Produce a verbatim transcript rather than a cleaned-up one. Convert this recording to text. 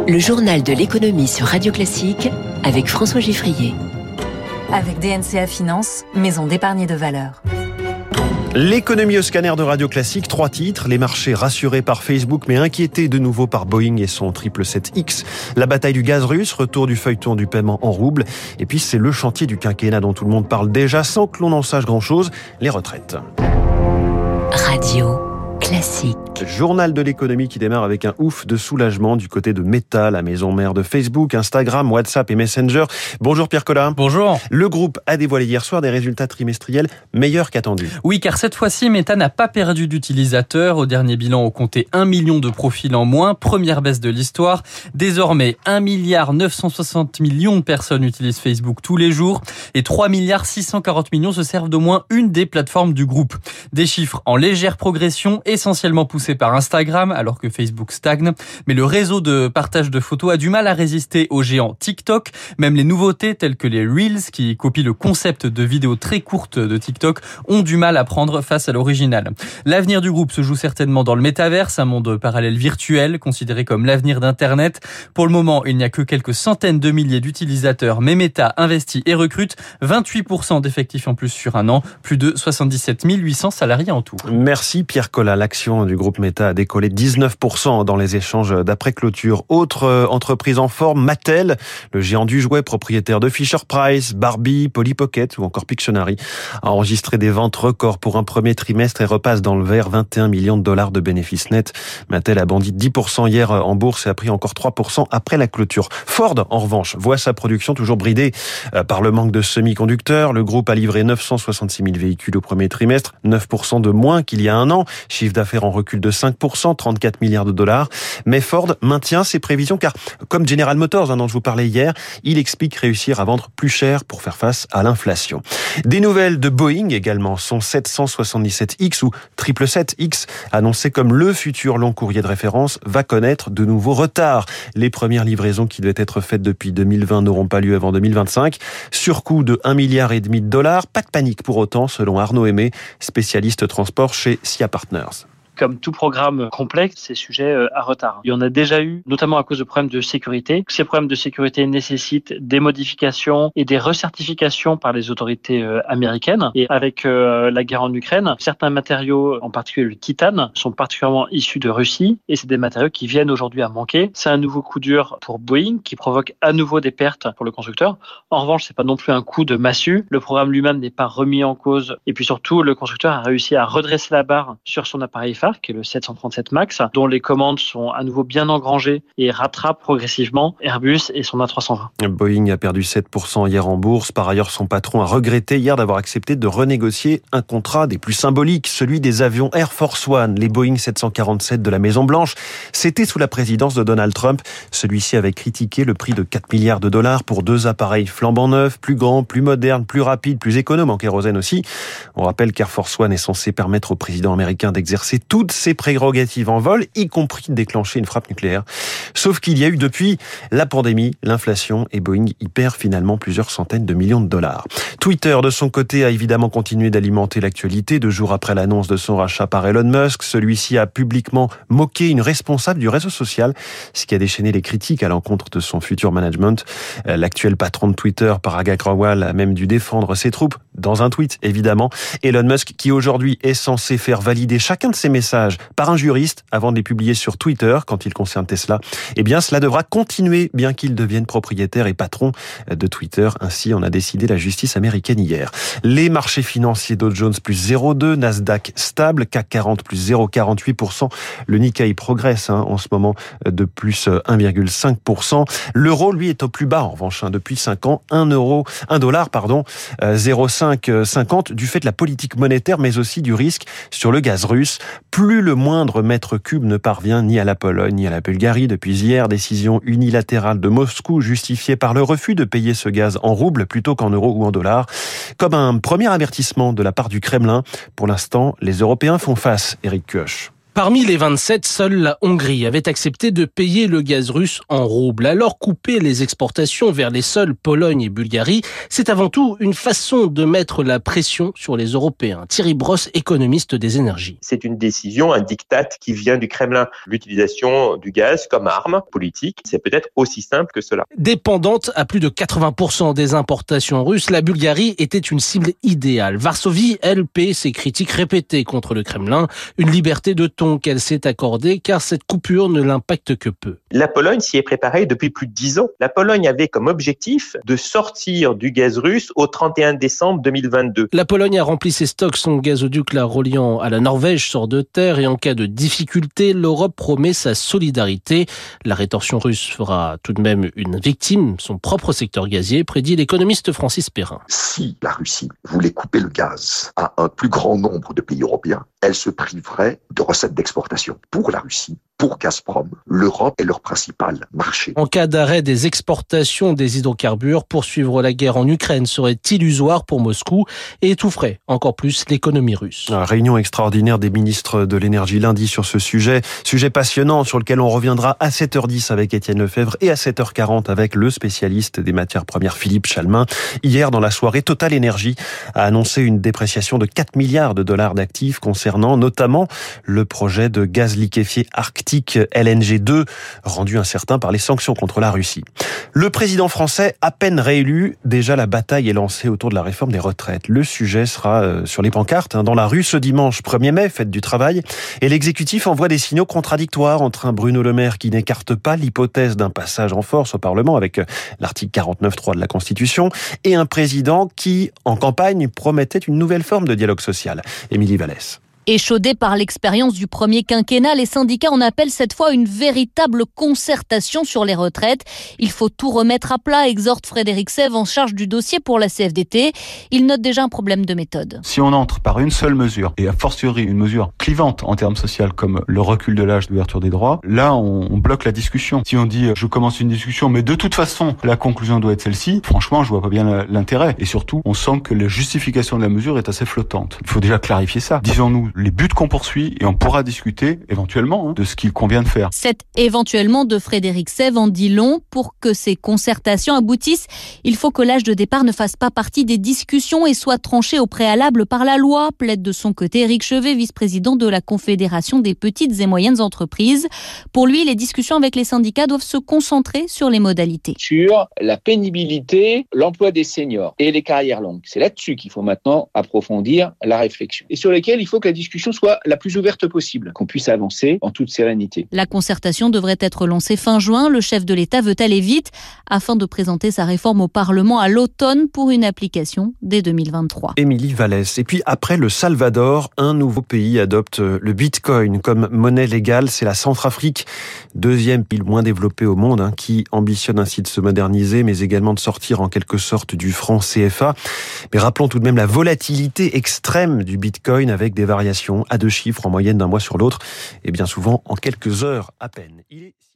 Le journal de l'économie sur Radio Classique avec François Giffrier. Avec D N C A Finance, maison d'épargne de valeur. L'économie au scanner de Radio Classique, trois titres. Les marchés rassurés par Facebook mais inquiétés de nouveau par Boeing et son triple sept X. La bataille du gaz russe, retour du feuilleton du paiement en roubles. Et puis c'est le chantier du quinquennat dont tout le monde parle déjà sans que l'on en sache grand-chose, les retraites. Radio Classique. Journal de l'économie qui démarre avec un ouf de soulagement du côté de Meta, la maison mère de Facebook, Instagram, WhatsApp et Messenger. Bonjour Pierre Collat. Bonjour. Le groupe a dévoilé hier soir des résultats trimestriels meilleurs qu'attendus. Oui, car cette fois-ci, Meta n'a pas perdu d'utilisateurs. Au dernier bilan, on comptait un million de profils en moins. Première baisse de l'histoire. Désormais, un milliard neuf cent soixante millions de personnes utilisent Facebook tous les jours et trois milliards six cent quarante millions se servent d'au moins une des plateformes du groupe. Des chiffres en légère progression, essentiellement poussés par Instagram, alors que Facebook stagne. Mais le réseau de partage de photos a du mal à résister au géant TikTok. Même les nouveautés telles que les Reels, qui copient le concept de vidéos très courtes de TikTok, ont du mal à prendre face à l'original. L'avenir du groupe se joue certainement dans le métaverse, un monde parallèle virtuel, considéré comme l'avenir d'Internet. Pour le moment, il n'y a que quelques centaines de milliers d'utilisateurs, mais Meta investit et recrute vingt-huit pour cent d'effectifs en plus sur un an, plus de soixante-dix-sept mille huit cents salariés en tout. Merci Pierre Collat. L'action du groupe Meta a décollé dix-neuf pour cent dans les échanges d'après-clôture. Autre entreprise en forme, Mattel, le géant du jouet, propriétaire de Fisher-Price, Barbie, Polly Pocket ou encore Pictionary, a enregistré des ventes records pour un premier trimestre et repasse dans le vert vingt et un millions de dollars de bénéfices nets. Mattel a bondi dix pour cent hier en bourse et a pris encore trois pour cent après la clôture. Ford, en revanche, voit sa production toujours bridée par le manque de semi-conducteurs. Le groupe a livré neuf cent soixante-six mille véhicules au premier trimestre, neuf pour cent de moins qu'il y a un an. Chiffre d'affaires en recul de cinq pour cent, trente-quatre milliards de dollars. Mais Ford maintient ses prévisions car, comme General Motors, hein, dont je vous parlais hier, il explique réussir à vendre plus cher pour faire face à l'inflation. Des nouvelles de Boeing également. Son sept cent soixante-dix-sept X ou triple sept X, annoncé comme le futur long courrier de référence, va connaître de nouveaux retards. Les premières livraisons qui devaient être faites depuis deux mille vingt n'auront pas lieu avant deux mille vingt-cinq. Surcoût de un virgule cinq milliard de dollars. Pas de panique pour autant, selon Arnaud Aimé, spécialiste transport chez S I A Partners. Comme tout programme complexe, c'est sujet à retard. Il y en a déjà eu, notamment à cause de problèmes de sécurité. Ces problèmes de sécurité nécessitent des modifications et des recertifications par les autorités américaines. Et avec la guerre en Ukraine, certains matériaux, en particulier le titane, sont particulièrement issus de Russie et c'est des matériaux qui viennent aujourd'hui à manquer. C'est un nouveau coup dur pour Boeing qui provoque à nouveau des pertes pour le constructeur. En revanche, c'est pas non plus un coup de massue. Le programme lui-même n'est pas remis en cause et puis surtout, le constructeur a réussi à redresser la barre sur son appareil phare, qui est le sept cent trente-sept MAX, dont les commandes sont à nouveau bien engrangées et rattrapent progressivement Airbus et son A trois cent vingt. Boeing a perdu sept pour cent hier en bourse. Par ailleurs, son patron a regretté hier d'avoir accepté de renégocier un contrat des plus symboliques, celui des avions Air Force One, les Boeing sept cent quarante-sept de la Maison-Blanche. C'était sous la présidence de Donald Trump. Celui-ci avait critiqué le prix de quatre milliards de dollars pour deux appareils flambant neufs, plus grands, plus modernes, plus rapides, plus économes en kérosène aussi. On rappelle qu'Air Force One est censé permettre au président américain d'exercer toutes ses prérogatives en vol, y compris de déclencher une frappe nucléaire. Sauf qu'il y a eu depuis la pandémie, l'inflation et Boeing y perd finalement plusieurs centaines de millions de dollars. Twitter, de son côté, a évidemment continué d'alimenter l'actualité. Deux jours après l'annonce de son rachat par Elon Musk, celui-ci a publiquement moqué une responsable du réseau social, ce qui a déchaîné les critiques à l'encontre de son futur management. L'actuel patron de Twitter, Parag Agrawal, a même dû défendre ses troupes dans un tweet, évidemment. Elon Musk, qui aujourd'hui est censé faire valider chacun de ses messages par un juriste avant de les publier sur Twitter quand il concerne Tesla, eh bien cela devra continuer bien qu'il devienne propriétaire et patron de Twitter. Ainsi en a décidé la justice américaine hier. Les marchés financiers, Dow Jones plus zéro virgule deux, Nasdaq stable, C A C quarante plus zéro virgule quarante-huit pour cent. Le Nikkei progresse hein, en ce moment de plus un virgule cinq pour cent. L'euro, lui, est au plus bas en revanche hein, depuis cinq ans, un euro, un dollar pardon, zéro virgule cinq cinquante du fait de la politique monétaire mais aussi du risque sur le gaz russe. Plus le moindre mètre cube ne parvient ni à la Pologne ni à la Bulgarie depuis hier. Décision unilatérale de Moscou justifiée par le refus de payer ce gaz en roubles plutôt qu'en euros ou en dollars. Comme un premier avertissement de la part du Kremlin. Pour l'instant, les Européens font face, Éric Kioch. Parmi les vingt-sept, seule la Hongrie avait accepté de payer le gaz russe en roubles. Alors couper les exportations vers les seuls Pologne et Bulgarie, c'est avant tout une façon de mettre la pression sur les Européens. Thierry Brosse, économiste des énergies. C'est une décision, un diktat qui vient du Kremlin. L'utilisation du gaz comme arme politique, c'est peut-être aussi simple que cela. Dépendante à plus de quatre-vingts pour cent des importations russes, la Bulgarie était une cible idéale. Varsovie, elle, paie ses critiques répétées contre le Kremlin. Une liberté de ton qu'elle s'est accordée car cette coupure ne l'impacte que peu. La Pologne s'y est préparée depuis plus de dix ans. La Pologne avait comme objectif de sortir du gaz russe au trente et un décembre deux mille vingt-deux. La Pologne a rempli ses stocks. Son gazoduc la reliant à la Norvège sort de terre et en cas de difficulté, l'Europe promet sa solidarité. La rétorsion russe fera tout de même une victime, son propre secteur gazier, prédit l'économiste Francis Perrin. Si la Russie voulait couper le gaz à un plus grand nombre de pays européens, elle se priverait de recettes d'exportation. Pour la Russie, pour Gazprom, l'Europe est leur principal marché. En cas d'arrêt des exportations des hydrocarbures, poursuivre la guerre en Ukraine serait illusoire pour Moscou et étoufferait encore plus l'économie russe. Une réunion extraordinaire des ministres de l'énergie lundi sur ce sujet. Sujet passionnant sur lequel on reviendra à sept heures dix avec Étienne Lefebvre et à sept heures quarante avec le spécialiste des matières premières Philippe Chalmin. Hier, dans la soirée, Total Energy a annoncé une dépréciation de quatre milliards de dollars d'actifs concernant notamment le projet de gaz liquéfié arctique L N G deux, rendu incertain par les sanctions contre la Russie. Le président français, à peine réélu, déjà la bataille est lancée autour de la réforme des retraites. Le sujet sera sur les pancartes dans la rue ce dimanche premier mai, fête du travail, et l'exécutif envoie des signaux contradictoires entre un Bruno Le Maire qui n'écarte pas l'hypothèse d'un passage en force au Parlement avec l'article quarante-neuf point trois de la Constitution et un président qui, en campagne, promettait une nouvelle forme de dialogue social. Émilie Vallès. Échaudés par l'expérience du premier quinquennat, les syndicats en appellent cette fois une véritable concertation sur les retraites. Il faut tout remettre à plat, exhorte Frédéric Sèvres en charge du dossier pour la C F D T. Il note déjà un problème de méthode. Si on entre par une seule mesure, et a fortiori une mesure clivante en termes sociaux comme le recul de l'âge d'ouverture des droits, là on, on bloque la discussion. Si on dit je commence une discussion, mais de toute façon la conclusion doit être celle-ci, franchement je vois pas bien l'intérêt. Et surtout, on sent que la justification de la mesure est assez flottante. Il faut déjà clarifier ça. Disons-nous les buts qu'on poursuit et on pourra discuter éventuellement hein, de ce qu'il convient de faire. Cet éventuellement de Frédéric Sèvres en dit long. Pour que ces concertations aboutissent, il faut que l'âge de départ ne fasse pas partie des discussions et soit tranché au préalable par la loi, plaide de son côté Éric Chevet, vice-président de la Confédération des petites et moyennes entreprises. Pour lui, les discussions avec les syndicats doivent se concentrer sur les modalités. Sur la pénibilité, l'emploi des seniors et les carrières longues. C'est là-dessus qu'il faut maintenant approfondir la réflexion et sur lesquels il faut que la discussion soit la plus ouverte possible, qu'on puisse avancer en toute sérénité. La concertation devrait être lancée fin juin. Le chef de l'État veut aller vite afin de présenter sa réforme au Parlement à l'automne pour une application dès deux mille vingt-trois. Émilie Vallès. Et puis après le Salvador, un nouveau pays adopte le Bitcoin comme monnaie légale. C'est la Centrafrique, deuxième pays le moins développé au monde, hein, qui ambitionne ainsi de se moderniser, mais également de sortir en quelque sorte du franc C F A. Mais rappelons tout de même la volatilité extrême du Bitcoin avec des variations à deux chiffres en moyenne d'un mois sur l'autre, et bien souvent en quelques heures à peine. Il est